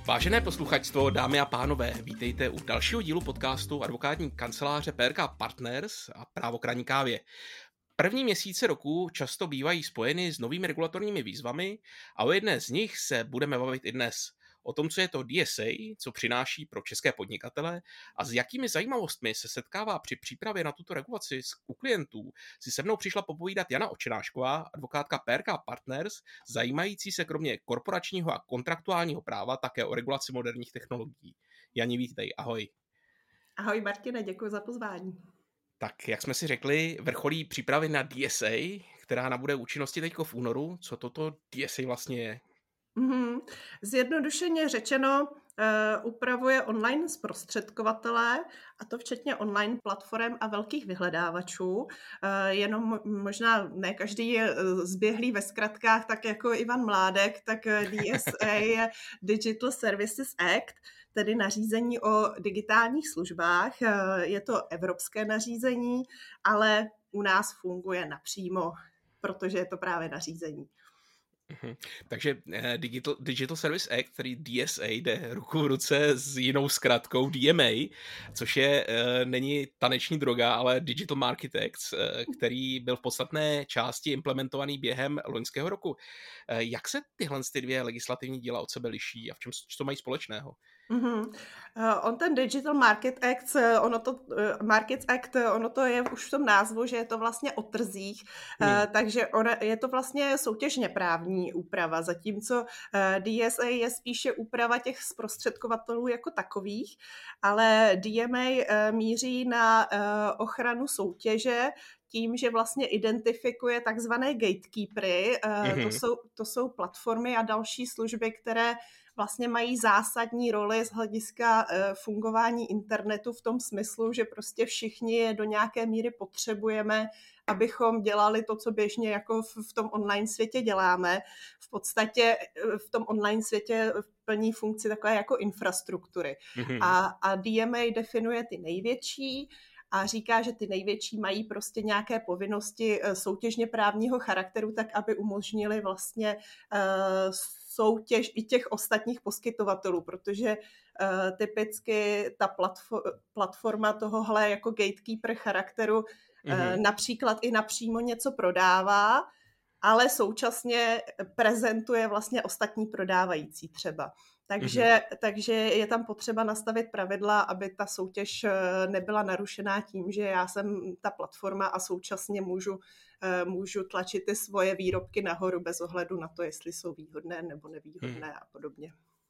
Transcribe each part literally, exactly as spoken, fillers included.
Vážené posluchačstvo, dámy a pánové, vítejte u dalšího dílu podcastu advokátní kanceláře P R K Partners a Právo k ranní kávě. První měsíce roku často bývají spojeny s novými regulatorními výzvami a o jedné z nich se budeme bavit i dnes. O tom, co je to D S A, co přináší pro české podnikatele a s jakými zajímavostmi se setkává při přípravě na tuto regulaci u klientů, si se mnou přišla popovídat Jana Očenášková, advokátka P R K Partners, zajímající se kromě korporačního a kontraktuálního práva také o regulaci moderních technologií. Jani, vítej, ahoj. Ahoj Martine, děkuji za pozvání. Tak, jak jsme si řekli, vrcholí přípravy na D S A, která nabude účinnosti teďko v únoru. Co toto D S A vlastně je? Mm-hmm. Zjednodušeně řečeno, uh, upravuje online zprostředkovatele, a to včetně online platform a velkých vyhledávačů. Uh, jenom možná ne každý je zběhlý ve zkratkách, tak jako Ivan Mládek, tak D S A je Digital Services Act, tedy nařízení o digitálních službách. Uh, je to evropské nařízení, ale u nás funguje napřímo, protože je to právě nařízení. Uhum. Takže eh, Digital, Digital Service Act, který D S A, jde ruku v ruce s jinou zkratkou D M A, což je, eh, není taneční droga, ale Digital Market Act, eh, který byl v podstatné části implementovaný během loňského roku. Eh, jak se tyhle ty dvě legislativní díla od sebe liší a v čem co mají společného? Mm-hmm. Uh, on ten Digital Market Act, ono to, uh, Markets Act, ono to je už v tom názvu, že je to vlastně o trzích, hmm. uh, takže ona, je to vlastně soutěžně právní úprava, zatímco uh, D S A je spíše úprava těch zprostředkovatelů jako takových, ale D M A uh, míří na uh, ochranu soutěže tím, že vlastně identifikuje takzvané gatekeepery, uh, mm-hmm. to jsou, to jsou platformy a další služby, které vlastně mají zásadní roli z hlediska uh, fungování internetu v tom smyslu, že prostě všichni je do nějaké míry potřebujeme, abychom dělali to, co běžně jako v, v tom online světě děláme. V podstatě v tom online světě plní funkci takové jako infrastruktury. Mm-hmm. A, a D M A definuje ty největší a říká, že ty největší mají prostě nějaké povinnosti soutěžně právního charakteru, tak aby umožnili vlastně uh, soutěž i těch ostatních poskytovatelů, protože uh, typicky ta platfo- platforma tohohle jako gatekeeper charakteru mm-hmm. uh, například i napřímo něco prodává, ale současně prezentuje vlastně ostatní prodávající třeba. Takže, mm-hmm. takže je tam potřeba nastavit pravidla, aby ta soutěž nebyla narušená tím, že já jsem ta platforma a současně můžu, můžu tlačit ty svoje výrobky nahoru bez ohledu na to, jestli jsou výhodné nebo nevýhodné mm. a podobně.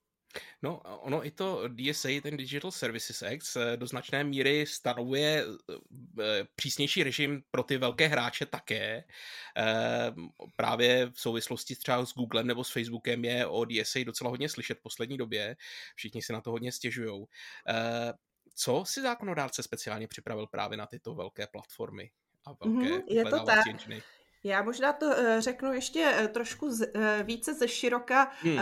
No, ono i to D S A, ten Digital Services Act, do značné míry stanovuje přísnější režim pro ty velké hráče také. Právě v souvislosti třeba s Googlem nebo s Facebookem je o D S A docela hodně slyšet v poslední době. Všichni si na to hodně stěžujou. Co si zákonodárce speciálně připravil právě na tyto velké platformy a velké mm, je to tak. enginy? Já možná to řeknu ještě trošku z, více ze široka. Hmm.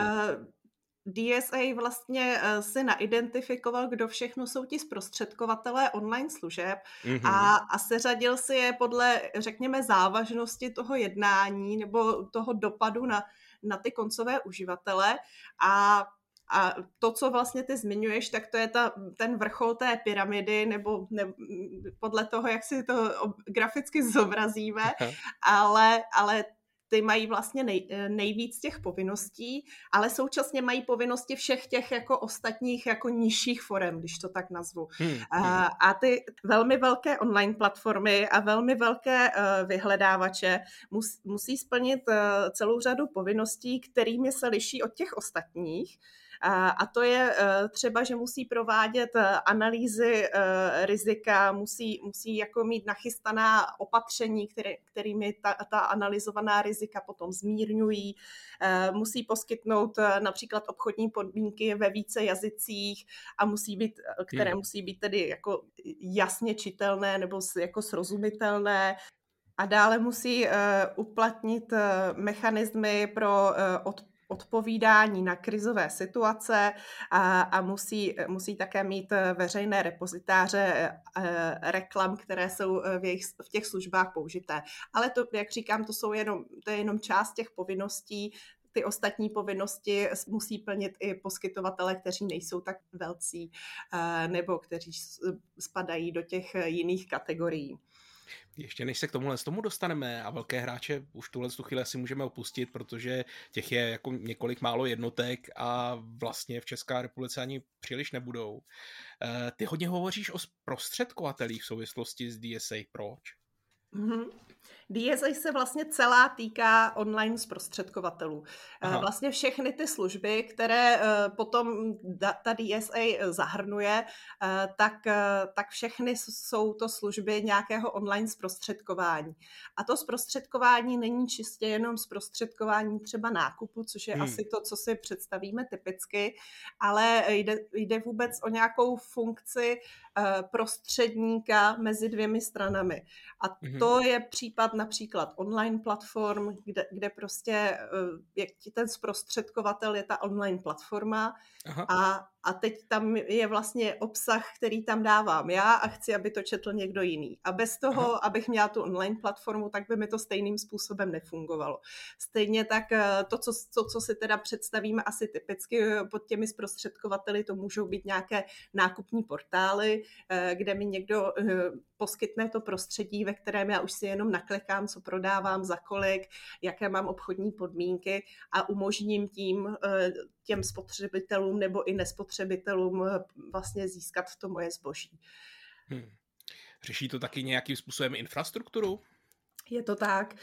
D S A vlastně si naidentifikoval, kdo všechno jsou ti zprostředkovatelé online služeb mm-hmm. a, a seřadil si je podle, řekněme, závažnosti toho jednání nebo toho dopadu na, na ty koncové uživatele a A to, co vlastně ty zmiňuješ, tak to je ta, ten vrchol té pyramidy, nebo ne, podle toho, jak si to graficky zobrazíme, ale, ale ty mají vlastně nej, nejvíc těch povinností, ale současně mají povinnosti všech těch jako ostatních jako nižších forem, když to tak nazvu. Hmm. A, a ty velmi velké online platformy a velmi velké uh, vyhledávače mus, musí splnit uh, celou řadu povinností, kterými se liší od těch ostatních. A to je třeba, že musí provádět analýzy rizika, musí, musí jako mít nachystaná opatření, které, kterými ta, ta analyzovaná rizika potom zmírňují, musí poskytnout například obchodní podmínky ve více jazycích a musí být, které hmm. musí být tedy jako jasně čitelné nebo jako srozumitelné. A dále musí uplatnit mechanismy pro odpověď odpovídání na krizové situace a, a musí, musí také mít veřejné repozitáře reklam, které jsou v, jejich, v těch službách použité. Ale to, jak říkám, to jsou jenom, to je jenom část těch povinností. ty ostatní povinnosti musí plnit i poskytovatele, kteří nejsou tak velcí nebo kteří spadají do těch jiných kategorií. Ještě než se k tomuhle z tomu dostaneme a velké hráče už tuhle tu chvíli si můžeme opustit, protože těch je jako několik málo jednotek a vlastně v České republice ani příliš nebudou. Ty hodně hovoříš o zprostředkovatelích v souvislosti s D S A. Proč? Mm-hmm. D S A se vlastně celá týká online zprostředkovatelů. Aha. Vlastně všechny ty služby, které potom ta D S A zahrnuje, tak, tak všechny jsou to služby nějakého online zprostředkování. A to zprostředkování není čistě jenom zprostředkování třeba nákupu, což je hmm. asi to, co si představíme typicky, ale jde, jde vůbec o nějakou funkci prostředníka mezi dvěmi stranami. A hmm. to je případ například online platform, kde, kde prostě jak ten zprostředkovatel je ta online platforma. Aha. a A teď tam je vlastně obsah, který tam dávám já a chci, aby to četl někdo jiný. A bez toho, Aha. abych měla tu online platformu, tak by mi to stejným způsobem nefungovalo. Stejně tak to, co, to, co si teda představíme asi typicky pod těmi zprostředkovateli, to můžou být nějaké nákupní portály, kde mi někdo poskytne to prostředí, ve kterém já už si jenom naklikám, co prodávám, za kolik, jaké mám obchodní podmínky a umožním tím těm spotřebitelům nebo i nespotřebitelům vlastně získat to moje zboží. Hmm. Řeší to taky nějakým způsobem infrastrukturu? Je to tak.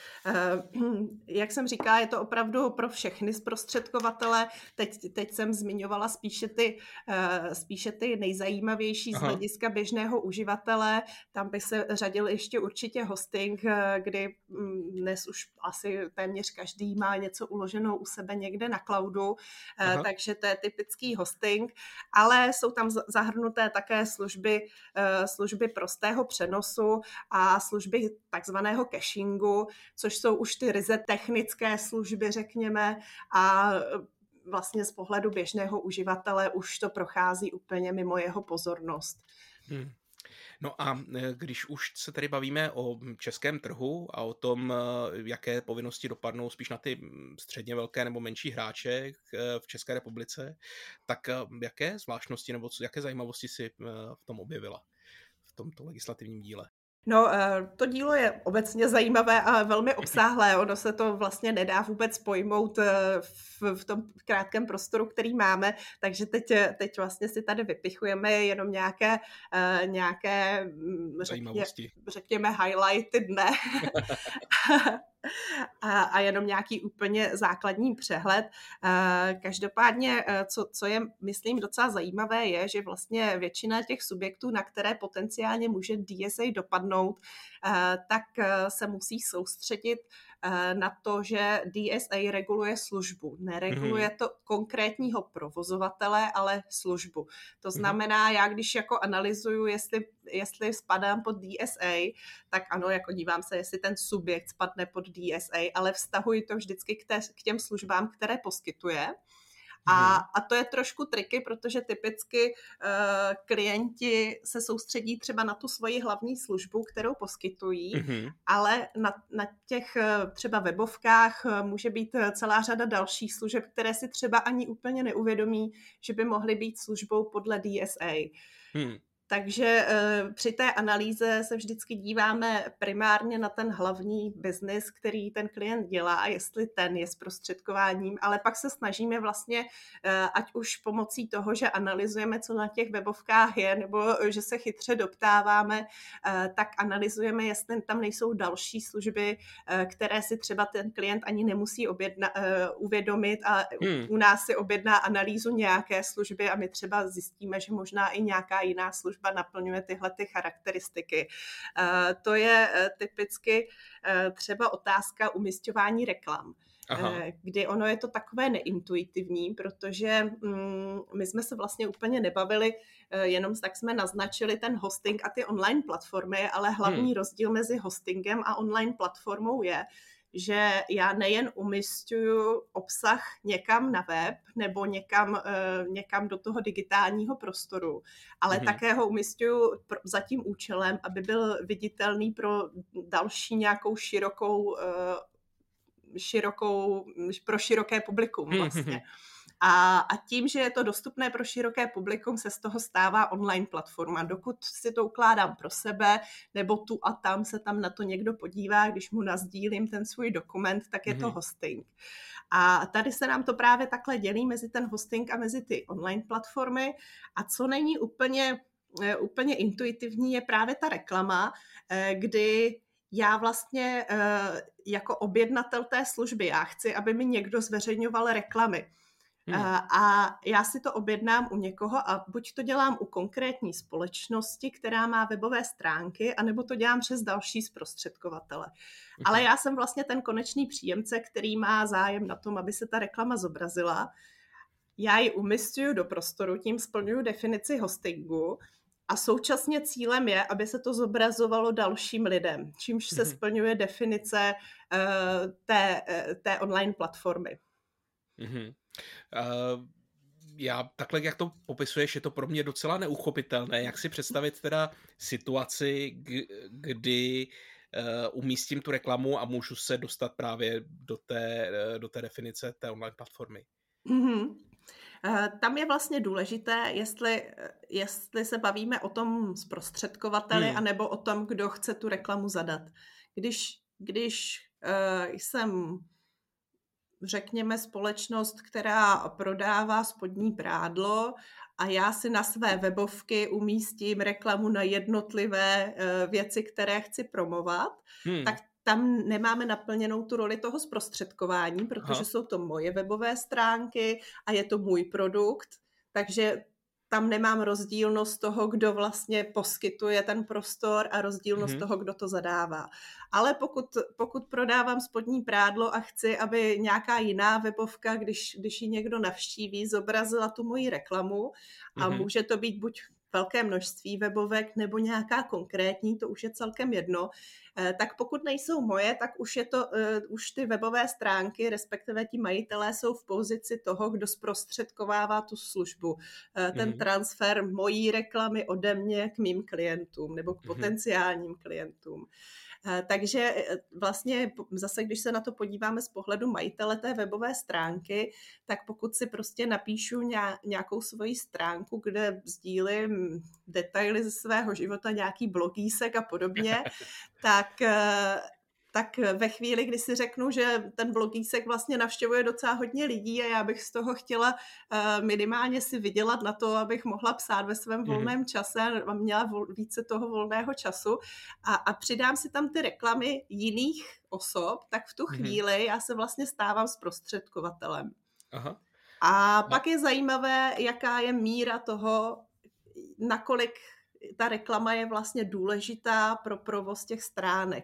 Jak jsem říkala, je to opravdu pro všechny zprostředkovatele. Teď, teď jsem zmiňovala spíše ty, spíše ty nejzajímavější Aha. z hlediska běžného uživatele. Tam by se řadil ještě určitě hosting, kdy dnes už asi téměř každý má něco uloženou u sebe někde na cloudu, Aha. takže to je typický hosting. Ale jsou tam zahrnuté také služby, služby prostého přenosu a služby takzvaného caching, což jsou už ty ryze technické služby, řekněme, a vlastně z pohledu běžného uživatele už to prochází úplně mimo jeho pozornost. Hmm. No a když už se tady bavíme o českém trhu a o tom, jaké povinnosti dopadnou spíš na ty středně velké nebo menší hráče v České republice, tak jaké zvláštnosti nebo jaké zajímavosti si v tom objevila v tomto legislativním díle? No, to dílo je obecně zajímavé a velmi obsáhlé. Ono se to vlastně nedá vůbec pojmout v, v tom krátkém prostoru, který máme, takže teď, teď vlastně si tady vypichujeme jenom nějaké, nějaké řekně, řekněme, highlighty dne. A, a jenom nějaký úplně základní přehled. Každopádně, co, co je, myslím, docela zajímavé, je, že vlastně většina těch subjektů, na které potenciálně může D S A dopadnout, tak se musí soustředit na to, že D S A reguluje službu. Nereguluje to konkrétního provozovatele, ale službu. To znamená, já když jako analyzuju, jestli, jestli spadám pod D S A, tak ano, jako dívám se, jestli ten subjekt spadne pod D S A, ale vztahuji to vždycky k, té, k těm službám, které poskytuje. A, a to je trošku triky, protože typicky uh, klienti se soustředí třeba na tu svoji hlavní službu, kterou poskytují, mm-hmm. ale na, na těch uh, třeba webovkách uh, může být celá řada dalších služeb, které si třeba ani úplně neuvědomí, že by mohly být službou podle D S A. Hmm. Takže uh, při té analýze se vždycky díváme primárně na ten hlavní biznis, který ten klient dělá a jestli ten je zprostředkováním, ale pak se snažíme vlastně, uh, ať už pomocí toho, že analyzujeme, co na těch webovkách je, nebo že se chytře doptáváme, uh, tak analyzujeme, jestli tam nejsou další služby, uh, které si třeba ten klient ani nemusí objedna, uh, uvědomit a hmm. u nás si objedná analýzu nějaké služby a my třeba zjistíme, že možná i nějaká jiná služba naplňuje tyhle ty charakteristiky. Uh, to je uh, typicky uh, třeba otázka umisťování reklam. Aha. Kdy ono je to takové neintuitivní, protože mm, my jsme se vlastně úplně nebavili, jenom tak jsme naznačili ten hosting a ty online platformy, ale hlavní hmm. rozdíl mezi hostingem a online platformou je, že já nejen umisťuju obsah někam na web nebo někam, uh, někam do toho digitálního prostoru, ale mm-hmm. také ho umisťuju pro, za tím účelem, aby byl viditelný pro další nějakou širokou uh, širokou, pro široké publikum vlastně. A, a tím, že je to dostupné pro široké publikum, se z toho stává online platforma. Dokud si to ukládám pro sebe, nebo tu a tam se tam na to někdo podívá, když mu nazdílím ten svůj dokument, tak je to hosting. A tady se nám to právě takhle dělí mezi ten hosting a mezi ty online platformy. A co není úplně, úplně intuitivní, je právě ta reklama, kdy já vlastně jako objednatel té služby, já chci, aby mi někdo zveřejňoval reklamy. Hmm. A já si to objednám u někoho a buď to dělám u konkrétní společnosti, která má webové stránky, anebo to dělám přes další zprostředkovatele. Hmm. Ale já jsem vlastně ten konečný příjemce, který má zájem na tom, aby se ta reklama zobrazila. Já ji umisťuju do prostoru, tím splňuju definici hostingu a současně cílem je, aby se to zobrazovalo dalším lidem, čímž se hmm. splňuje definice uh, té, uh, té online platformy. Mm-hmm. Uh, já takhle, jak to popisuješ, je to pro mě docela neuchopitelné. Jak si představit teda situaci, k- kdy uh, umístím tu reklamu a můžu se dostat právě do té, uh, do té definice té online platformy? Mm-hmm. Uh, tam je vlastně důležité, jestli, jestli se bavíme o tom zprostředkovateli, hmm. anebo o tom, kdo chce tu reklamu zadat. Když, když uh, jsem řekněme společnost, která prodává spodní prádlo a já si na své webovky umístím reklamu na jednotlivé věci, které chci promovat, hmm. tak tam nemáme naplněnou tu roli toho zprostředkování, protože Aha. jsou to moje webové stránky a je to můj produkt, takže tam nemám rozdílnost toho, kdo vlastně poskytuje ten prostor a rozdílnost mm-hmm. toho, kdo to zadává. Ale pokud, pokud prodávám spodní prádlo a chci, aby nějaká jiná webovka, když, když ji někdo navštíví, zobrazila tu moji reklamu a mm-hmm. může to být buď velké množství webovek nebo nějaká konkrétní, to už je celkem jedno, tak pokud nejsou moje, tak už je to, uh, už ty webové stránky, respektive ti majitelé jsou v pozici toho, kdo zprostředkovává tu službu. Uh, ten mm. transfer mojí reklamy ode mě k mým klientům nebo k potenciálním klientům. Uh, takže vlastně zase, když se na to podíváme z pohledu majitele té webové stránky, tak pokud si prostě napíšu nějakou svoji stránku, kde sdílím detaily ze svého života, nějaký blogísek a podobně, tak tak ve chvíli, kdy si řeknu, že ten blogísek vlastně navštěvuje docela hodně lidí a já bych z toho chtěla minimálně si vydělat na to, abych mohla psát ve svém volném čase a měla více toho volného času a, a přidám si tam ty reklamy jiných osob, tak v tu chvíli já se vlastně stávám zprostředkovatelem. Aha. A pak je zajímavé, jaká je míra toho, nakolik ta reklama je vlastně důležitá pro provoz těch stránek.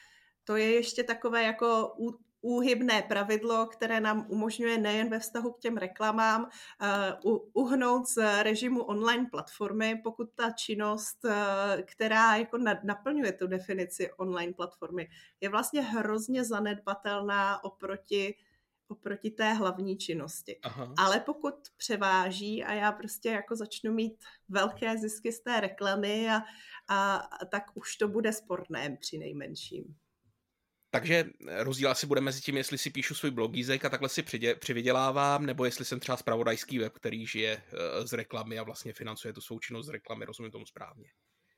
To je ještě takové jako úhybné pravidlo, které nám umožňuje nejen ve vztahu k těm reklamám uh, uhnout z režimu online platformy, pokud ta činnost, uh, která jako naplňuje tu definici online platformy, je vlastně hrozně zanedbatelná oproti oproti té hlavní činnosti. Aha. Ale pokud převáží a já prostě jako začnu mít velké zisky z té reklamy a, a, a tak už to bude sporné při nejmenším. Takže rozdíl asi bude mezi tím, jestli si píšu svůj blogízek a takhle si přidě, přivydělávám, nebo jestli jsem třeba zpravodajský web, který žije z reklamy a vlastně financuje tu svou činnost z reklamy, rozumím tomu správně.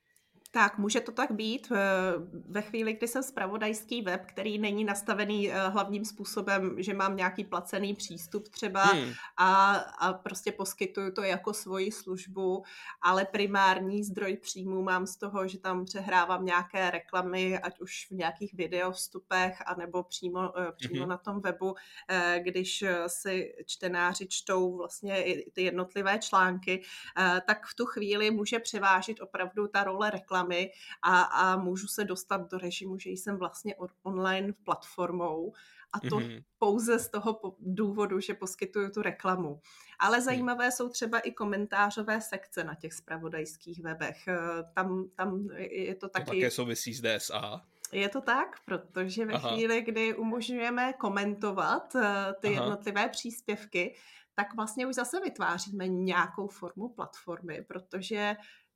Tak, může to tak být. Ve chvíli, kdy jsem zpravodajský web, který není nastavený hlavním způsobem, že mám nějaký placený přístup třeba hmm. a, a prostě poskytuju to jako svoji službu, ale primární zdroj příjmů mám z toho, že tam přehrávám nějaké reklamy, ať už v nějakých videovstupech, anebo přímo, přímo hmm. na tom webu, když si čtenáři čtou vlastně ty jednotlivé články, tak v tu chvíli může převážit opravdu ta role reklamy A, a můžu se dostat do režimu, že jsem vlastně online platformou a to mm-hmm. pouze z toho důvodu, že poskytuju tu reklamu. Ale zajímavé mm. jsou třeba i komentářové sekce na těch zpravodajských webech. Tam, tam je to taky... To také souvisí s D S A. Je to tak, protože ve Aha. chvíli, kdy umožňujeme komentovat ty Aha. jednotlivé příspěvky, tak vlastně už zase vytváříme nějakou formu platformy, protože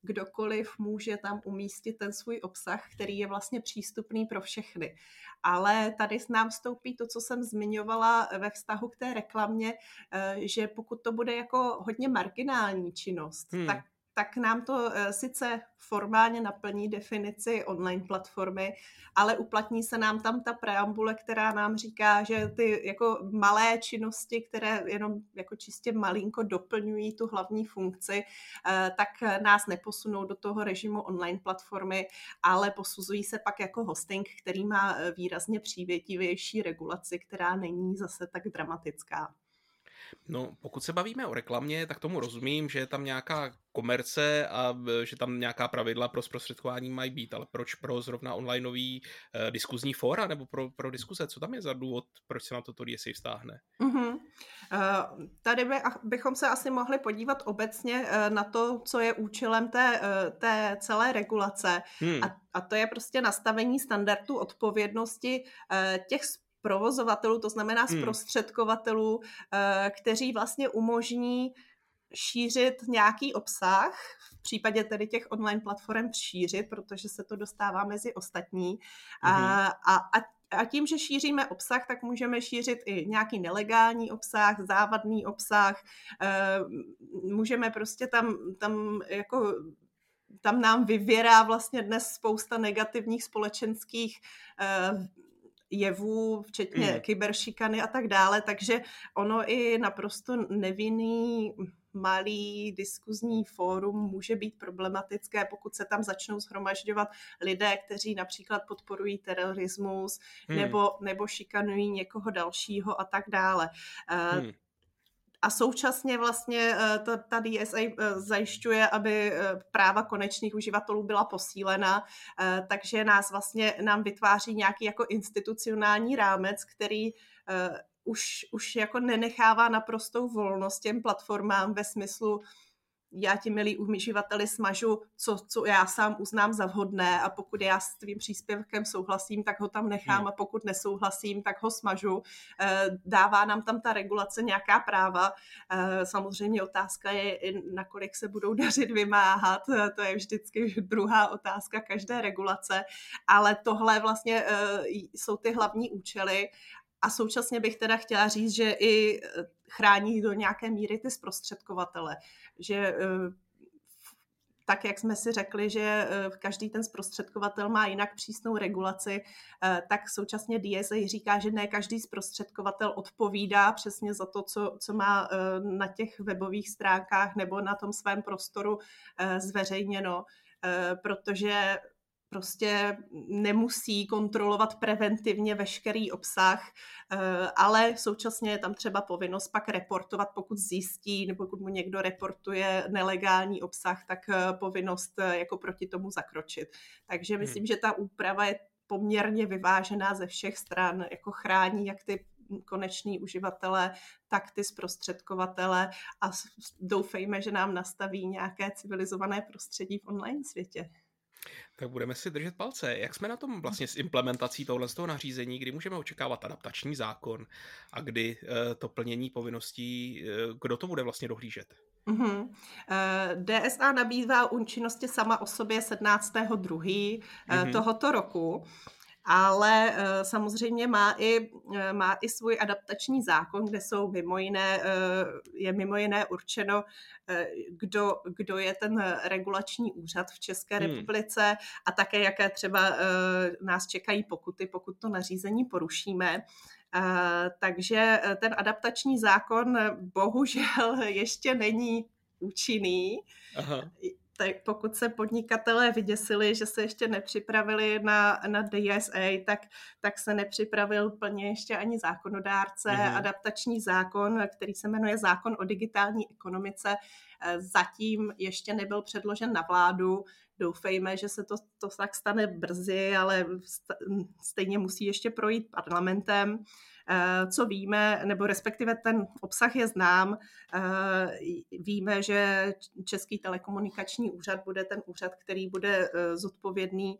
kdokoliv může tam umístit ten svůj obsah, který je vlastně přístupný pro všechny. Ale tady nám vstoupí to, co jsem zmiňovala ve vztahu k té reklamě, že pokud to bude jako hodně marginální činnost, hmm. tak tak nám to sice formálně naplní definici online platformy, ale uplatní se nám tam ta preambule, která nám říká, že ty jako malé činnosti, které jenom jako čistě malinko doplňují tu hlavní funkci, tak nás neposunou do toho režimu online platformy, ale posuzují se pak jako hosting, který má výrazně přívětivější regulaci, která není zase tak dramatická. No, pokud se bavíme o reklamě, tak tomu rozumím, že je tam nějaká komerce a že tam nějaká pravidla pro zprostředkování mají být, ale proč pro zrovna onlineový eh, diskuzní fóra nebo pro, pro diskuse? Co tam je za důvod, proč se na toto D S A vztáhne? Uh-huh. Uh, tady by, bychom se asi mohli podívat obecně uh, na to, co je účelem té, uh, té celé regulace. Hmm. A, a to je prostě nastavení standardů odpovědnosti uh, těch provozovatelů, to znamená zprostředkovatelů, kteří vlastně umožní šířit nějaký obsah, v případě tedy těch online platform šířit, protože se to dostává mezi ostatní. Mm-hmm. A, a, a tím, že šíříme obsah, tak můžeme šířit i nějaký nelegální obsah, závadný obsah, můžeme prostě tam, tam jako tam nám vyvěrá vlastně dnes spousta negativních společenských jevů, včetně mm. kyberšikany a tak dále, takže ono i naprosto nevinný malý diskuzní fórum může být problematické, pokud se tam začnou shromažďovat lidé, kteří například podporují terorismus mm. nebo, nebo šikanují někoho dalšího a tak dále. Mm. A současně vlastně ta, ta D S A zajišťuje, aby práva konečných uživatelů byla posílena, takže nás vlastně nám vytváří nějaký jako institucionální rámec, který už, už jako nenechává naprostou volnost těm platformám ve smyslu já ti, milí uživateli, smažu, co, co já sám uznám za vhodné a pokud já s tvým příspěvkem souhlasím, tak ho tam nechám hmm. a pokud nesouhlasím, tak ho smažu. Dává nám tam ta regulace nějaká práva. Samozřejmě otázka je, nakolik se budou dařit vymáhat. To je vždycky druhá otázka každé regulace, ale tohle vlastně jsou ty hlavní účely. A současně bych teda chtěla říct, že i chrání do nějaké míry ty zprostředkovatele. Že tak, jak jsme si řekli, že každý ten zprostředkovatel má jinak přísnou regulaci, tak současně D S A říká, že ne každý zprostředkovatel odpovídá přesně za to, co, co má na těch webových stránkách nebo na tom svém prostoru zveřejněno, protože prostě nemusí kontrolovat preventivně veškerý obsah, ale současně je tam třeba povinnost pak reportovat, pokud zjistí, nebo pokud mu někdo reportuje nelegální obsah, tak povinnost jako proti tomu zakročit. Takže myslím, hmm. že ta úprava je poměrně vyvážená ze všech stran, jako chrání jak ty koneční uživatele, tak ty zprostředkovatele a doufejme, že nám nastaví nějaké civilizované prostředí v online světě. Tak budeme si držet palce. Jak jsme na tom vlastně s implementací tohohle z toho nařízení, kdy můžeme očekávat adaptační zákon a kdy uh, to plnění povinností, uh, kdo to bude vlastně dohlížet? Uh-huh. Uh, D S A nabývá účinnosti sama o sobě sedmnáctého druhého Uh, tohoto roku. Ale uh, samozřejmě má i, uh, má i svůj adaptační zákon, kde jsou mimo jiné, uh, je mimo jiné určeno, uh, kdo, kdo je ten regulační úřad v České hmm. republice a také jaké třeba uh, nás čekají pokuty, pokud to nařízení porušíme. Uh, takže ten adaptační zákon bohužel ještě není účinný. Aha. Tak pokud se podnikatelé vyděsili, že se ještě nepřipravili na, na D S A, tak, tak se nepřipravil plně ještě ani zákonodárce. Mm-hmm. Adaptační zákon, který se jmenuje Zákon o digitální ekonomice, zatím ještě nebyl předložen na vládu. Doufejme, že se to, to tak stane brzy, ale stejně musí ještě projít parlamentem. Co víme, nebo respektive ten obsah je znám. Víme, že Český telekomunikační úřad bude ten úřad, který bude zodpovědný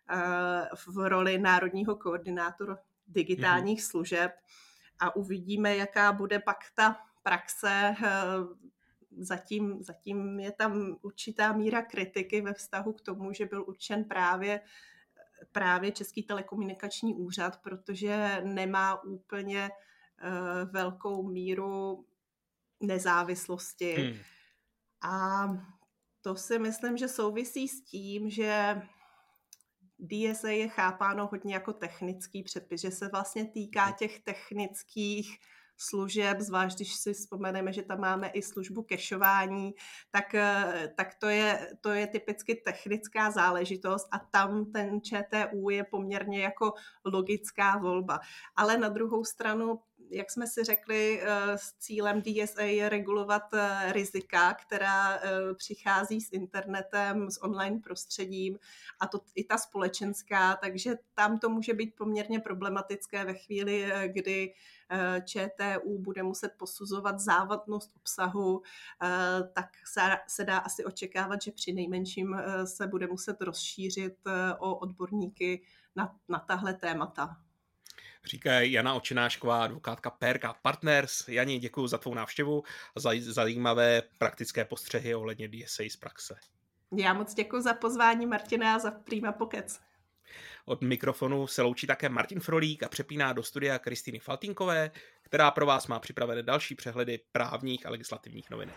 v roli národního koordinátora digitálních služeb a uvidíme, jaká bude pak ta praxe zatím, zatím je tam určitá míra kritiky ve vztahu k tomu, že byl určen právě, právě Český telekomunikační úřad, protože nemá úplně uh, velkou míru nezávislosti. Hmm. A to si myslím, že souvisí s tím, že D S A je chápáno hodně jako technický předpis, že se vlastně týká těch technických služeb, zvlášť když si vzpomeneme, že tam máme i službu kešování, tak, tak to, je, to je typicky technická záležitost a tam ten Č T U je poměrně jako logická volba. Ale na druhou stranu, jak jsme si řekli, s cílem D S A je regulovat rizika, která přichází s internetem, s online prostředím a to i ta společenská, takže tam to může být poměrně problematické ve chvíli, kdy Č T U bude muset posuzovat závadnost obsahu, tak se dá asi očekávat, že při nejmenším se bude muset rozšířit o odborníky na, na tahle témata. Říká Jana Očenášková, advokátka P R K Partners. Jani, děkuji za tvou návštěvu a za zajímavé praktické postřehy ohledně D S A z praxe. Já moc děkuji za pozvání, Martina, a za Prima Pokec. Od mikrofonu se loučí také Martin Frolík a přepíná do studia Kristýny Faltýnkové, která pro vás má připravené další přehledy právních a legislativních novinek.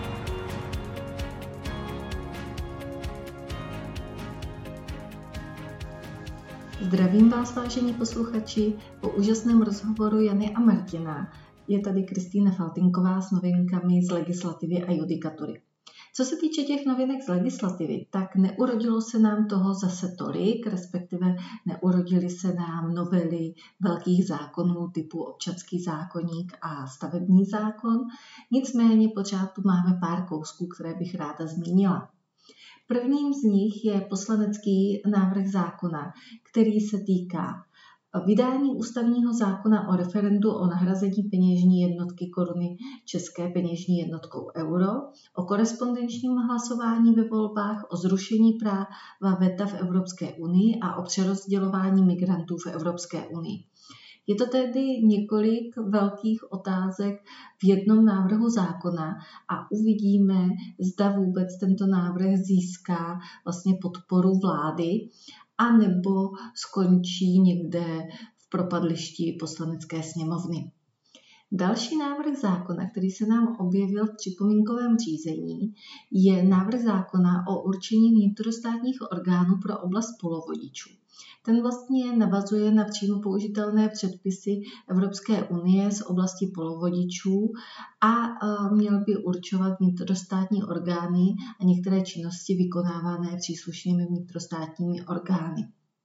Zdravím vás, vážení posluchači, po úžasném rozhovoru Jany a Martina je tady Kristýna Faltýnková s novinkami z legislativy a judikatury. Co se týče těch novinek z legislativy, tak neurodilo se nám toho zase tolik, respektive neurodily se nám novely velkých zákonů typu občanský zákoník a stavební zákon, nicméně pořád tu máme pár kousků, které bych ráda zmínila. Prvním z nich je poslanecký návrh zákona, který se týká vydání ústavního zákona o referendu o nahrazení peněžní jednotky koruny české peněžní jednotkou euro, o korespondenčním hlasování ve volbách, o zrušení práva veta v Evropské unii a o přerozdělování migrantů v Evropské unii. Je to tedy několik velkých otázek v jednom návrhu zákona a uvidíme, zda vůbec tento návrh získá vlastně podporu vlády a nebo skončí někde v propadlišti Poslanecké sněmovny. Další návrh zákona, který se nám objevil v připomínkovém řízení, je návrh zákona o určení vnitrostátních orgánů pro oblast polovodičů. Ten vlastně navazuje na přímo použitelné předpisy Evropské unie z oblasti polovodičů a měl by určovat vnitrostátní orgány a některé činnosti vykonávané příslušnými vnitrostátními orgány.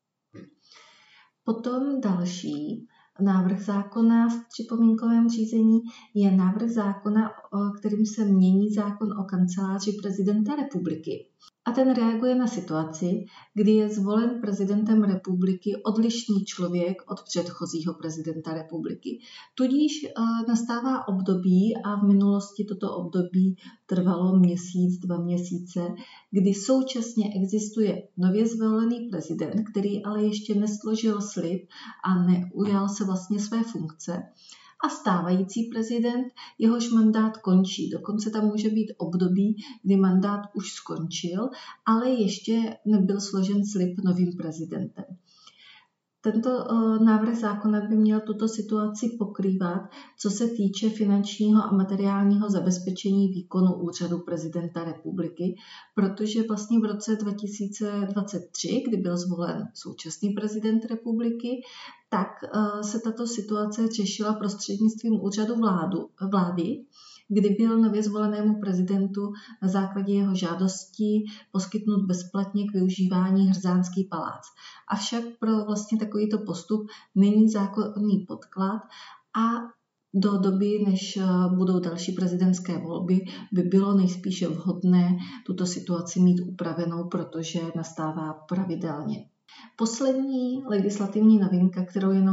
Potom další návrh zákona v připomínkovém řízení je návrh zákona, kterým se mění zákon o kanceláři prezidenta republiky. A ten reaguje na situaci, kdy je zvolen prezidentem republiky odlišný člověk od předchozího prezidenta republiky. Tudíž nastává období, a v minulosti toto období trvalo měsíc, dva měsíce, kdy současně existuje nově zvolený prezident, který ale ještě nesložil slib a neujal se vlastně své funkce, a stávající prezident, jehož mandát končí. Dokonce tam může být období, kdy mandát už skončil, ale ještě nebyl složen slib novým prezidentem. Tento návrh zákona by měl tuto situaci pokrývat, co se týče finančního a materiálního zabezpečení výkonu úřadu prezidenta republiky, protože vlastně v roce dva tisíce dvacet tři, kdy byl zvolen současný prezident republiky, tak se tato situace řešila prostřednictvím úřadu vládu, vlády, kdy byl nově zvolenému prezidentu na základě jeho žádosti poskytnut bezplatně k využívání Hrzánský palác. Avšak pro vlastně takovýto postup není zákonný podklad a do doby, než budou další prezidentské volby, by bylo nejspíše vhodné tuto situaci mít upravenou, protože nastává pravidelně. Poslední legislativní novinka, kterou jenom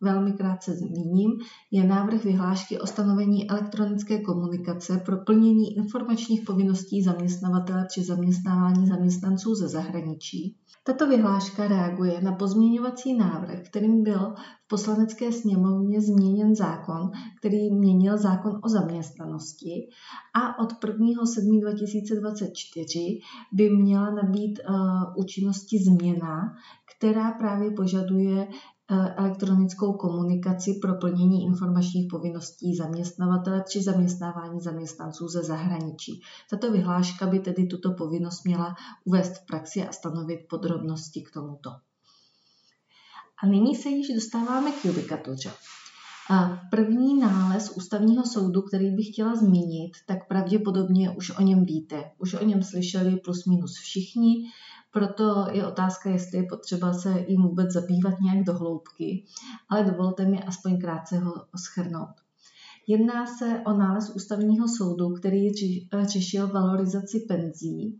velmi krátce zmíním, je návrh vyhlášky o stanovení elektronické komunikace pro plnění informačních povinností zaměstnavatele při zaměstnávání zaměstnanců ze zahraničí. Tato vyhláška reaguje na pozměňovací návrh, kterým byl v Poslanecké sněmovně změněn zákon, který měnil zákon o zaměstnanosti a od prvního sedmého dva tisíce dvacet čtyři by měla nabýt uh, účinnosti změna, která právě požaduje elektronickou komunikaci pro plnění informačních povinností zaměstnavatele při zaměstnávání zaměstnanců ze zahraničí. Tato vyhláška by tedy tuto povinnost měla uvést v praxi a stanovit podrobnosti k tomuto. A nyní se již dostáváme k judikatuře. První nález Ústavního soudu, který bych chtěla zmínit, tak pravděpodobně už o něm víte. Už o něm slyšeli plus minus všichni, proto je otázka, jestli je potřeba se jim vůbec zabývat nějak do hloubky, ale dovolte mi aspoň krátce ho shrnout. Jedná se o nález Ústavního soudu, který řešil valorizaci penzí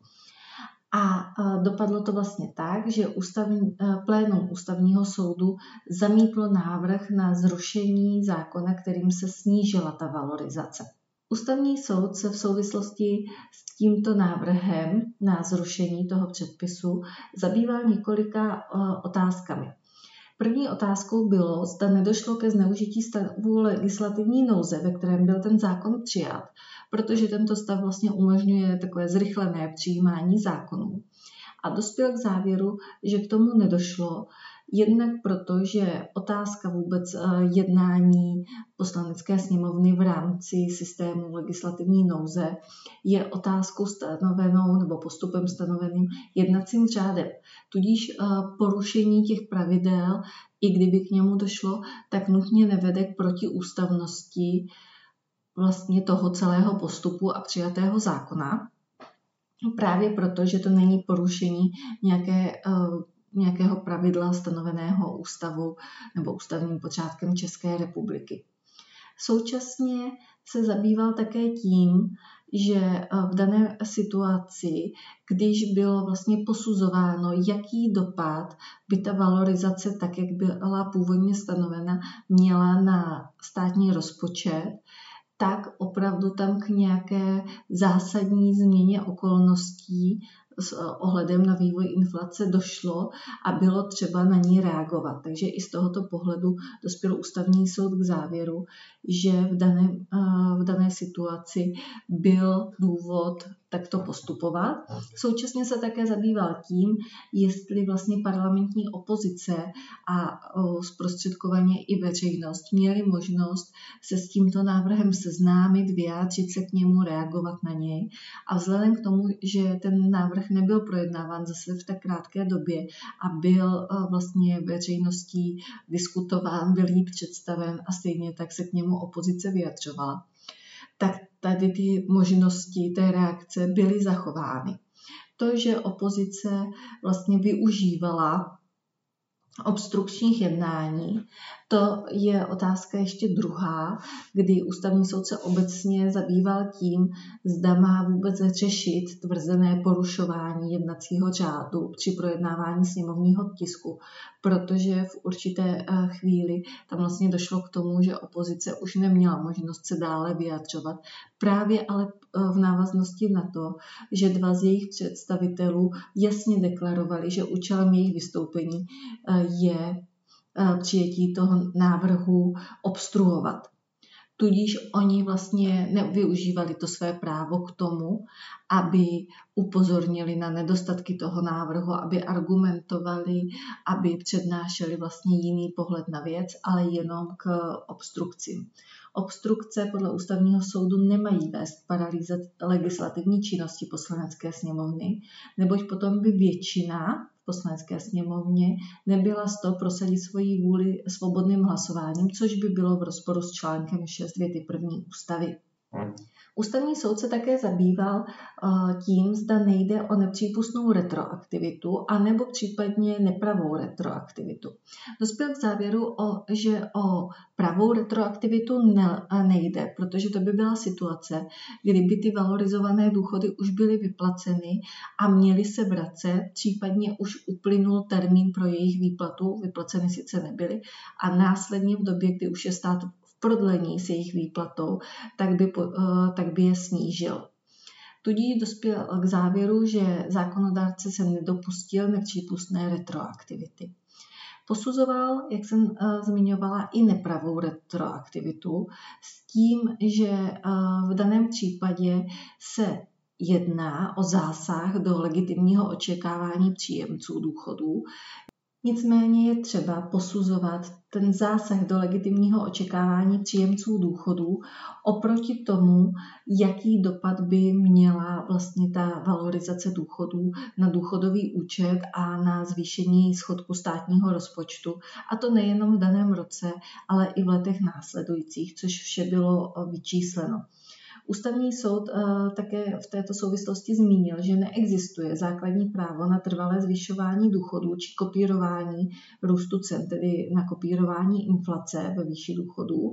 a dopadlo to vlastně tak, že ústavní, plénum Ústavního soudu zamítlo návrh na zrušení zákona, kterým se snížila ta valorizace. Ústavní soud se v souvislosti s tímto návrhem na zrušení toho předpisu zabýval několika otázkami. První otázkou bylo, zda nedošlo ke zneužití stavu legislativní nouze, ve kterém byl ten zákon přijat, protože tento stav vlastně umožňuje takové zrychlené přijímání zákonů. A dospěl k závěru, že k tomu nedošlo, jednak proto, že otázka vůbec jednání Poslanecké sněmovny v rámci systému legislativní nouze je otázkou stanovenou nebo postupem stanoveným jednacím řádem. Tudíž porušení těch pravidel, i kdyby k němu došlo, tak nutně nevede k protiústavnosti vlastně toho celého postupu a přijatého zákona. Právě proto, že to není porušení nějaké nějakého pravidla stanoveného ústavou nebo ústavním pořádkem České republiky. Současně se zabýval také tím, že v dané situaci, když bylo vlastně posuzováno, jaký dopad by ta valorizace, tak jak byla původně stanovena, měla na státní rozpočet, tak opravdu tam k nějaké zásadní změně okolností s ohledem na vývoj inflace došlo a bylo třeba na ní reagovat. Takže i z tohoto pohledu dospěl Ústavní soud k závěru, že v dané, v dané situaci byl důvod takto postupovat. Současně se také zabýval tím, jestli vlastně parlamentní opozice a zprostředkovaně i veřejnost měli možnost se s tímto návrhem seznámit, vyjádřit se k němu, reagovat na něj. A vzhledem k tomu, že ten návrh nebyl projednáván zase v tak krátké době a byl vlastně veřejností diskutován, byl jí představen a stejně tak se k němu opozice vyjadřovala, tak tady ty možnosti té reakce byly zachovány. To, že opozice vlastně využívala obstrukčních jednání, to je otázka ještě druhá, kdy Ústavní soud se obecně zabýval tím, zda má vůbec řešit tvrzené porušování jednacího řádu při projednávání sněmovního tisku, protože v určité chvíli tam vlastně došlo k tomu, že opozice už neměla možnost se dále vyjadřovat. Právě ale v návaznosti na to, že dva z jejich představitelů jasně deklarovali, že účelem jejich vystoupení je přijetí toho návrhu obstruovat. Tudíž oni vlastně nevyužívali to své právo k tomu, aby upozornili na nedostatky toho návrhu, aby argumentovali, aby přednášeli vlastně jiný pohled na věc, ale jenom k obstrukcím. Obstrukce podle Ústavního soudu nemají vést k paralýze legislativní činnosti Poslanecké sněmovny, neboť potom by většina v Poslanecké sněmovně nebyla z toho prosadit svoji vůli svobodným hlasováním, což by bylo v rozporu s článkem šest věty první ústavy. Ústavní soud se také zabýval tím, zda nejde o nepřípustnou retroaktivitu anebo případně nepravou retroaktivitu. Dospěl k závěru, že o pravou retroaktivitu nejde, protože to by byla situace, kdyby ty valorizované důchody už byly vyplaceny a měly se vracet, případně už uplynul termín pro jejich výplatu, vyplaceny sice nebyly, a následně v době, kdy už je stát prodlení s jejich výplatou, tak by, tak by je snížil. Tudíž dospěl k závěru, že zákonodárce se nedopustil nepřípustné retroaktivity. Posuzoval, jak jsem zmiňovala, i nepravou retroaktivitu s tím, že v daném případě se jedná o zásah do legitimního očekávání příjemců důchodů. Nicméně je třeba posuzovat ten zásah do legitimního očekávání příjemců důchodů oproti tomu, jaký dopad by měla vlastně ta valorizace důchodů na důchodový účet a na zvýšení schodku státního rozpočtu. A to nejenom v daném roce, ale i v letech následujících, což vše bylo vyčísleno. Ústavní soud uh, také v této souvislosti zmínil, že neexistuje základní právo na trvalé zvyšování důchodů či kopírování růstu cen, tedy na kopírování inflace ve výši důchodů,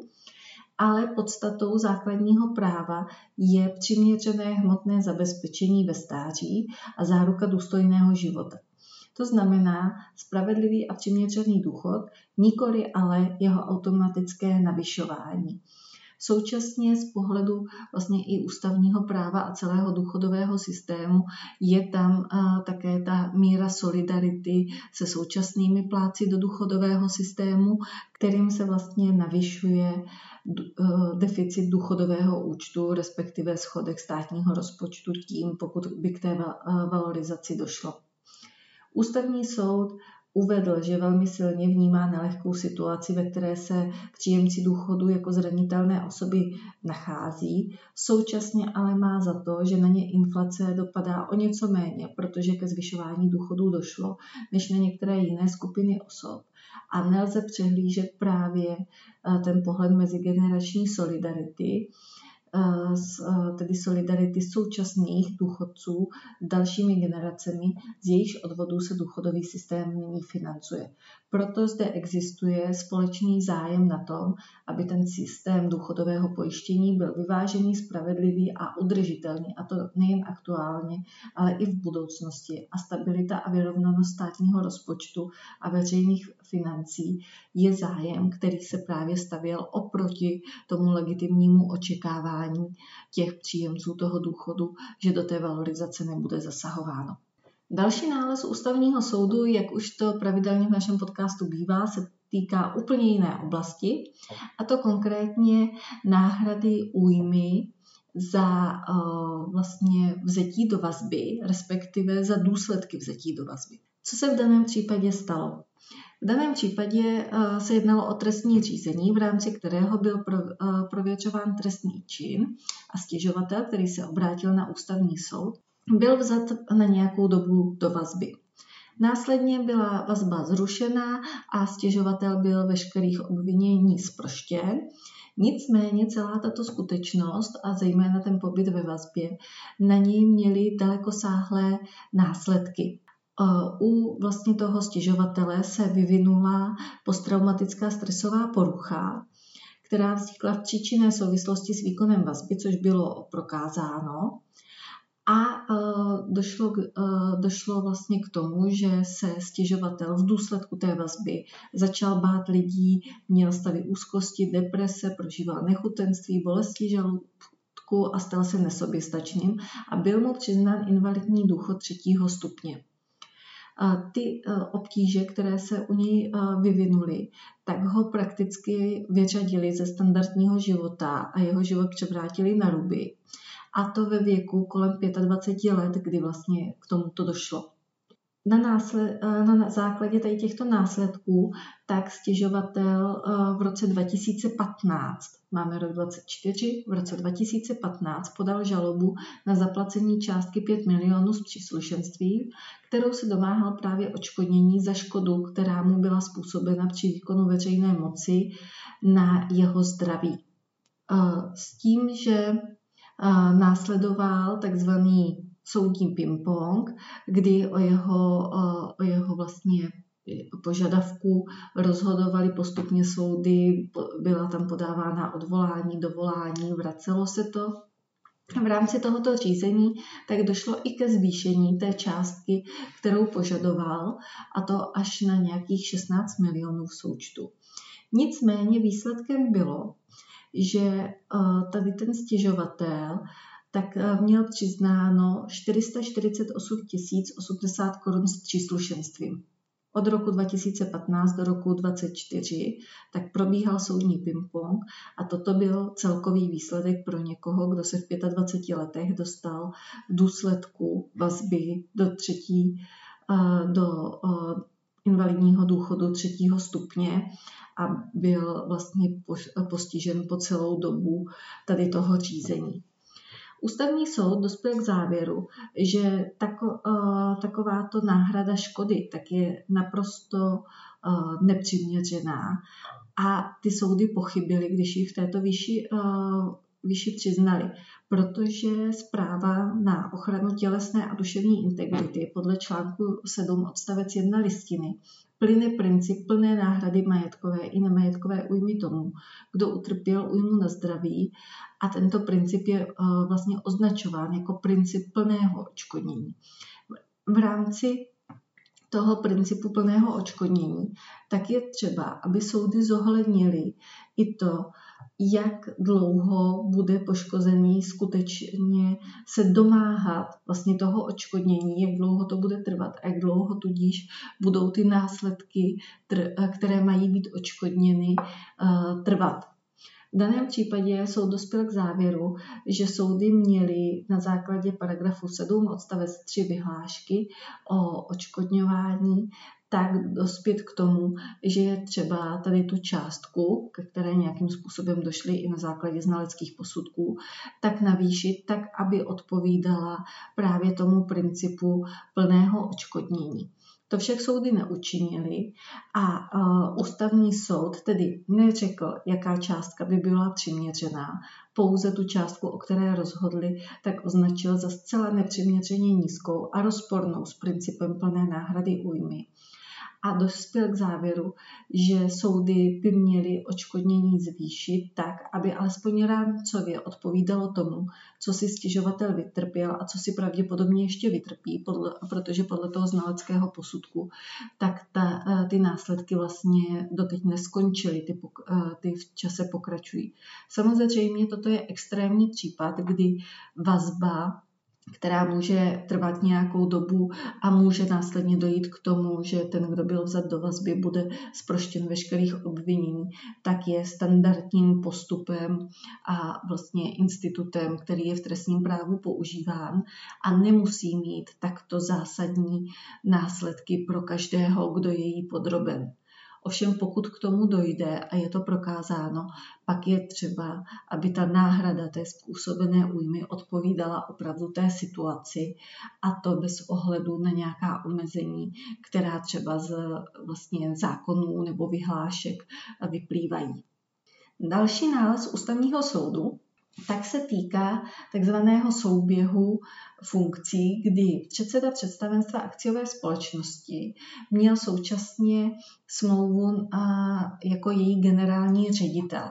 ale podstatou základního práva je přiměřené hmotné zabezpečení ve stáří a záruka důstojného života. To znamená spravedlivý a přiměřený důchod, nikoli ale jeho automatické navyšování. Současně z pohledu vlastně i ústavního práva a celého důchodového systému je tam uh, také ta míra solidarity se současnými plátci do důchodového systému, kterým se vlastně navyšuje uh, deficit důchodového účtu, respektive schodek státního rozpočtu tím, pokud by k té uh, valorizaci došlo. Ústavní soud uvedl, že velmi silně vnímá nelehkou situaci, ve které se příjemci důchodu jako zranitelné osoby nachází. Současně ale má za to, že na ně inflace dopadá o něco méně, protože ke zvyšování důchodů došlo, než na některé jiné skupiny osob. A nelze přehlížet právě ten pohled mezigenerační solidarity, tedy solidarity současných důchodců s dalšími generacemi, z jejichž odvodů se důchodový systém nyní financuje. Proto zde existuje společný zájem na tom, aby ten systém důchodového pojištění byl vyvážený, spravedlivý a udržitelný, a to nejen aktuálně, ale i v budoucnosti. A stabilita a vyrovnanost státního rozpočtu a veřejných financí je zájem, který se právě stavěl oproti tomu legitimnímu očekávání těch příjemců toho důchodu, že do té valorizace nebude zasahováno. Další nález ústavního soudu, jak už to pravidelně v našem podcastu bývá, se týká úplně jiné oblasti, a to konkrétně náhrady újmy za uh, vlastně vzetí do vazby, respektive za důsledky vzetí do vazby. Co se v daném případě stalo? V daném případě uh, se jednalo o trestní řízení, v rámci kterého byl pro, uh, prověřován trestný čin a stěžovatel, který se obrátil na ústavní soud, byl vzat na nějakou dobu do vazby. Následně byla vazba zrušena a stěžovatel byl veškerých obvinění zproštěn. Nicméně celá tato skutečnost a zejména ten pobyt ve vazbě na něj měly dalekosáhlé následky. U vlastně toho stěžovatele se vyvinula posttraumatická stresová porucha, která vznikla v příčinné souvislosti s výkonem vazby, což bylo prokázáno. A uh, došlo, uh, došlo vlastně k tomu, že se stěžovatel v důsledku té vazby začal bát lidí, měl stavy úzkosti, deprese, prožíval nechutenství, bolesti žaludku a stal se nesoběstačným a byl mu přiznán invalidní důchod třetího stupně. Ty obtíže, které se u něj vyvinuly, tak ho prakticky vyřadili ze standardního života a jeho život převrátili na ruby. A to ve věku kolem dvacet pět let, kdy vlastně k tomuto došlo. Na, násled, na základě tady těchto následků tak stěžovatel v roce dva tisíce patnáct, máme rok dvacet čtyři, v roce dva tisíce patnáct podal žalobu na zaplacení částky pět milionů z příslušenství, kterou se domáhal právě odškodnění za škodu, která mu byla způsobena při výkonu veřejné moci na jeho zdraví. S tím, že následoval takzvaný soudní ping-pong, kdy o jeho, o jeho vlastně požadavku rozhodovaly postupně soudy, byla tam podávána odvolání, dovolání, vracelo se to. V rámci tohoto řízení tak došlo i ke zvýšení té částky, kterou požadoval, a to až na nějakých šestnáct milionů v součtu. Nicméně výsledkem bylo, že tady ten stěžovatel tak měl přiznáno čtyři sta čtyřicet osm tisíc osmdesát korun s příslušenstvím. Od roku dva tisíce patnáct do roku dvacet čtyři tak probíhal soudní ping-pong a toto byl celkový výsledek pro někoho, kdo se v dvaceti pěti letech dostal v důsledku vazby do třetí, do invalidního důchodu třetího stupně a byl vlastně postižen po celou dobu tady toho řízení. Ústavní soud dospěl k závěru, že tako, takováto náhrada škody tak je naprosto nepřiměřená a ty soudy pochybily, když ji v této výši, výši přiznali, protože Správa na ochranu tělesné a duševní integrity podle článku sedm odstavec jedna listiny plyne princip plné náhrady majetkové i nemajetkové újmy tomu, kdo utrpěl újmu na zdraví, a tento princip je uh, vlastně označován jako princip plného odškodnění. V rámci toho principu plného odškodnění tak je třeba, aby soudy zohlednily i to, jak dlouho bude poškozený skutečně se domáhat vlastně toho odškodnění, jak dlouho to bude trvat a jak dlouho tudíž budou ty následky, které mají být odškodněny, trvat. V daném případě soud dospěl k závěru, že soudy měly na základě paragrafu sedm odstavec tři vyhlášky o odškodňování tak dospět k tomu, že je třeba tady tu částku, ke které nějakým způsobem došly i na základě znaleckých posudků, tak navýšit tak, aby odpovídala právě tomu principu plného odškodnění. To však soudy neučinily a uh, ústavní soud tedy neřekl, jaká částka by byla přiměřená. Pouze tu částku, o které rozhodli, tak označil za zcela nepřiměřeně nízkou a rozpornou s principem plné náhrady újmy. A dospěl k závěru, že soudy by měly odškodnění zvýšit tak, aby alespoň rámcově odpovídalo tomu, co si stěžovatel vytrpěl a co si pravděpodobně ještě vytrpí, podle, protože podle toho znaleckého posudku, tak ta, ty následky vlastně doteď neskončily, ty, ty v čase pokračují. Samozřejmě toto je extrémní případ, kdy vazba, která může trvat nějakou dobu a může následně dojít k tomu, že ten, kdo byl vzat do vazby, bude zproštěn veškerých obvinění, tak je standardním postupem a vlastně institutem, který je v trestním právu používán a nemusí mít takto zásadní následky pro každého, kdo je jí podroben. Ovšem pokud k tomu dojde a je to prokázáno, pak je třeba, aby ta náhrada té způsobené újmy odpovídala opravdu té situaci, a to bez ohledu na nějaká omezení, která třeba z vlastně zákonů nebo vyhlášek vyplývají. Další nález Ústavního soudu tak se týká takzvaného souběhu funkcí, kdy předseda představenstva akciové společnosti měl současně smlouvu jako její generální ředitel.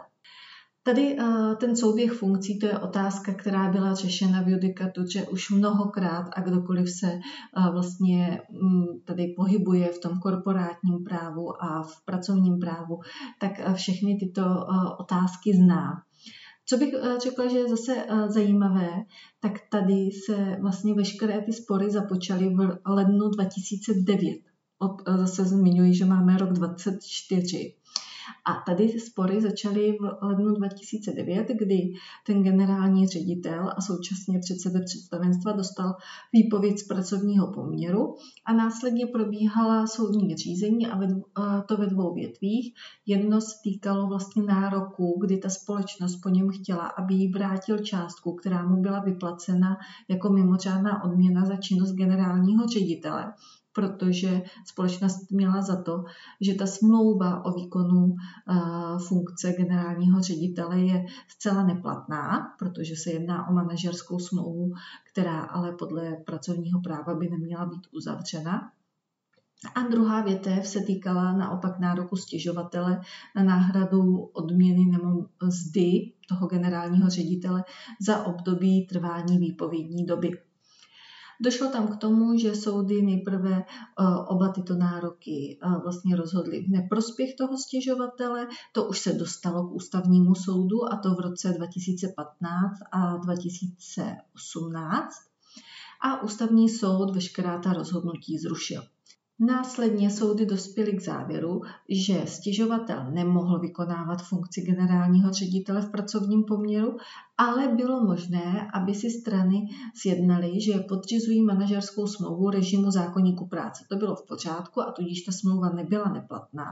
Tady ten souběh funkcí, to je otázka, která byla řešena v judikatuře už mnohokrát, a kdokoliv se vlastně tady pohybuje v tom korporátním právu a v pracovním právu, tak všechny tyto otázky zná. Co bych řekla, že je zase zajímavé, tak tady se vlastně veškeré ty spory započaly v lednu dva tisíce devět. Zase zmiňuji, že máme rok dvacet čtyři. A tady spory začaly v lednu dva tisíce devět, kdy ten generální ředitel a současně předseda představenstva dostal výpověď z pracovního poměru a následně probíhala soudní řízení, a to ve dvou větvích. Jedno se týkalo vlastně nároku, kdy ta společnost po něm chtěla, aby jí vrátil částku, která mu byla vyplacena jako mimořádná odměna za činnost generálního ředitele. protože společnost měla za to, že ta smlouva o výkonu funkce generálního ředitele je zcela neplatná, protože se jedná o manažerskou smlouvu, která ale podle pracovního práva by neměla být uzavřena. A druhá větev se týkala naopak nároku stěžovatele na náhradu odměny nebo mzdy toho generálního ředitele za období trvání výpovědní doby. Došlo tam k tomu, že soudy nejprve oba tyto nároky vlastně rozhodly v neprospěch toho stěžovatele. To už se dostalo k ústavnímu soudu, a to v roce dva tisíce patnáct a dva tisíce osmnáct. A ústavní soud veškerá ta rozhodnutí zrušil. Následně soudy dospěly k závěru, že stěžovatel nemohl vykonávat funkci generálního ředitele v pracovním poměru, ale bylo možné, aby si strany sjednaly, že podřizují manažerskou smlouvu režimu zákoníku práce. To bylo v pořádku a tudíž ta smlouva nebyla neplatná.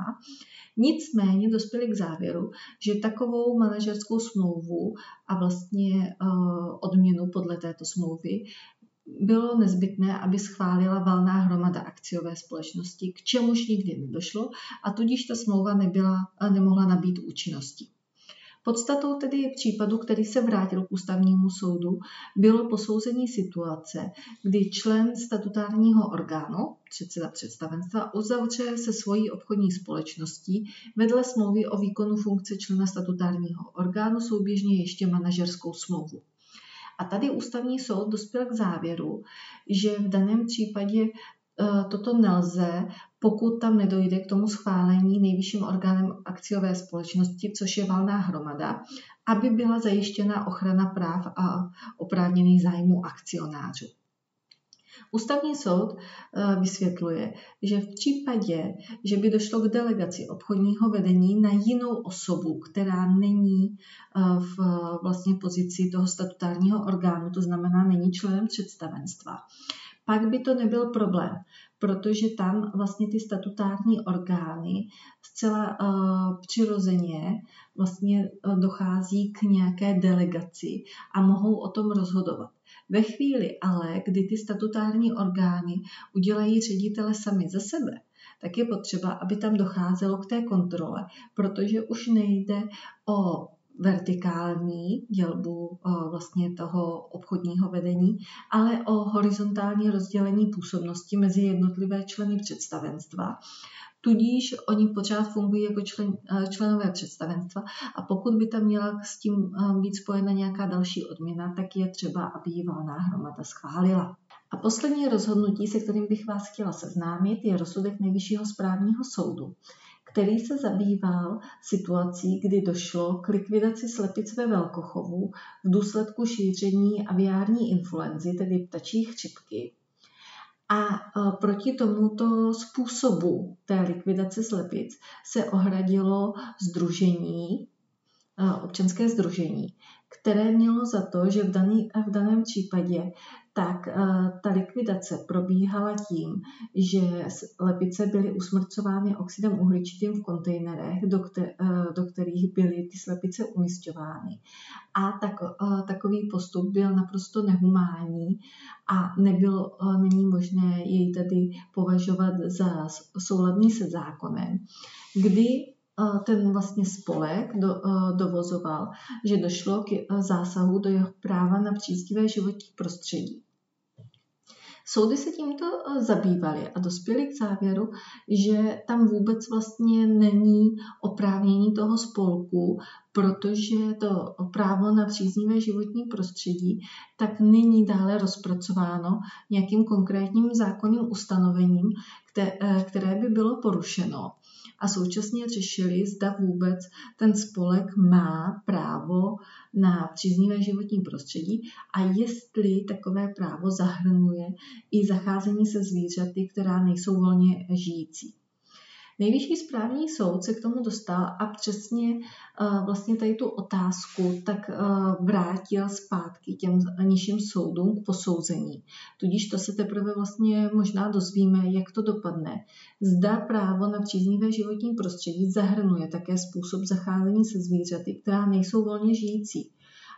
Nicméně dospěli k závěru, že takovou manažerskou smlouvu a vlastně uh, odměnu podle této smlouvy bylo nezbytné, aby schválila valná hromada akciové společnosti, k čemuž nikdy nedošlo, a tudíž ta smlouva nebyla, nemohla nabýt účinnosti. Podstatou tedy případu, který se vrátil k ústavnímu soudu, bylo posouzení situace, kdy člen statutárního orgánu, předseda představenstva, uzavře se svojí obchodní společností vedle smlouvy o výkonu funkce člena statutárního orgánu souběžně ještě manažerskou smlouvu. A tady ústavní soud dospěl k závěru, že v daném případě toto nelze, pokud tam nedojde k tomu schválení nejvyšším orgánem akciové společnosti, což je valná hromada, aby byla zajištěna ochrana práv a oprávněných zájmů akcionářů. Ústavní soud vysvětluje, že v případě, že by došlo k delegaci obchodního vedení na jinou osobu, která není v vlastně pozici toho statutárního orgánu, to znamená není členem představenstva, pak by to nebyl problém, protože tam vlastně ty statutární orgány zcela uh, přirozeně vlastně dochází k nějaké delegaci a mohou o tom rozhodovat. Ve chvíli ale, kdy ty statutární orgány udělají ředitele sami za sebe, tak je potřeba, aby tam docházelo k té kontrole, protože už nejde o vertikální dělbu vlastně toho obchodního vedení, ale o horizontální rozdělení působnosti mezi jednotlivé členy představenstva. Tudíž oni pořád fungují jako člen, členové představenstva, a pokud by tam měla s tím být spojena nějaká další odměna, tak je třeba, aby ji valná hromada schválila. A poslední rozhodnutí, se kterým bych vás chtěla seznámit, je rozsudek Nejvyššího správního soudu, který se zabýval situací, kdy došlo k likvidaci slepic ve velkochovu v důsledku šíření aviární influenzy, tedy ptačí chřipky. A proti tomuto způsobu té likvidace slepic se ohradilo sdružení, občanské sdružení, které mělo za to, že v, daný, v daném případě tak ta likvidace probíhala tím, že slepice byly usmrcovány oxidem uhličitým v kontejnerech, do, kter, do kterých byly ty slepice umisťovány. A tak, takový postup byl naprosto nehumánní a nebylo, není možné jej tedy považovat za souladný se zákonem, kdy ten vlastně spolek do, dovozoval, že došlo k zásahu do jeho práva na příznivé životní prostředí. Soudy se tímto zabývaly a dospěly k závěru, že tam vůbec vlastně není oprávnění toho spolku, protože to právo na příznivé životní prostředí tak není dále rozpracováno nějakým konkrétním zákonným ustanovením, které by bylo porušeno. A současně řešili, zda vůbec ten spolek má právo na příznivé životní prostředí a jestli takové právo zahrnuje i zacházení se zvířaty, která nejsou volně žijící. Nejvyšší správní soud se k tomu dostal a přesně uh, vlastně tady tu otázku tak uh, vrátil zpátky těm nižším soudům k posouzení. Tudíž to se teprve vlastně možná dozvíme, jak to dopadne. Zda právo na příznivé životní prostředí zahrnuje také způsob zacházení se zvířaty, která nejsou volně žijící.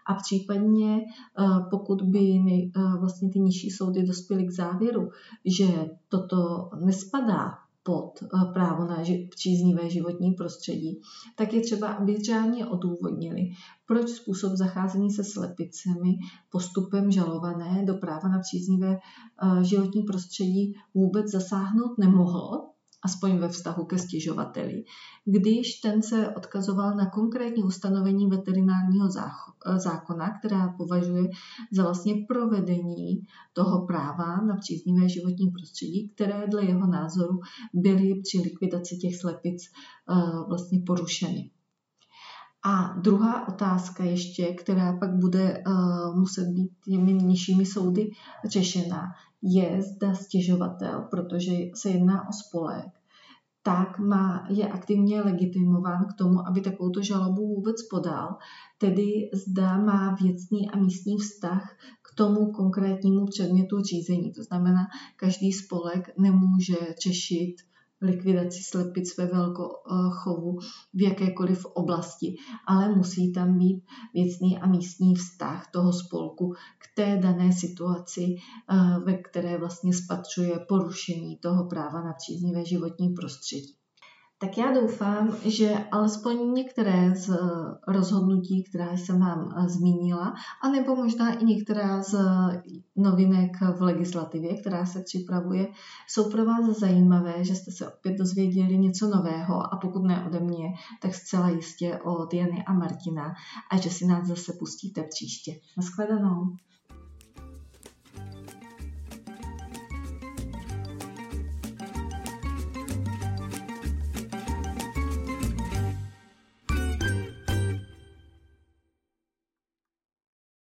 a případně pokud by vlastně ty nižší soudy dospěly k závěru, že toto nespadá pod právo na příznivé životní prostředí, tak je třeba, aby řádně odůvodnili, proč způsob zacházení se slepicemi postupem žalované do práva na příznivé životní prostředí vůbec zasáhnout nemohlo, aspoň ve vztahu ke stěžovateli, když ten se odkazoval na konkrétní ustanovení veterinárního zákona, která považuje za vlastně provedení toho práva na příznivé životní prostředí, které dle jeho názoru byly při likvidaci těch slepic vlastně porušeny. A druhá otázka ještě, která pak bude uh, muset být těmi nižšími soudy řešena, je zda stěžovatel, protože se jedná o spolek, tak má, je aktivně legitimován k tomu, aby takovouto žalobu vůbec podal, tedy zda má věcný a místní vztah k tomu konkrétnímu předmětu řízení. To znamená, každý spolek nemůže řešit likvidaci slepic ve velkochovu v jakékoliv oblasti, ale musí tam být věcný a místní vztah toho spolku k té dané situaci, ve které vlastně spatřuje porušení toho práva na příznivé životní prostředí. Tak já doufám, že alespoň některé z rozhodnutí, která jsem vám zmínila, anebo možná i některá z novinek v legislativě, která se připravuje, jsou pro vás zajímavé, že jste se opět dozvěděli něco nového a pokud ne ode mě, tak zcela jistě od Jany a Martina a že si nás zase pustíte příště. Naschledanou.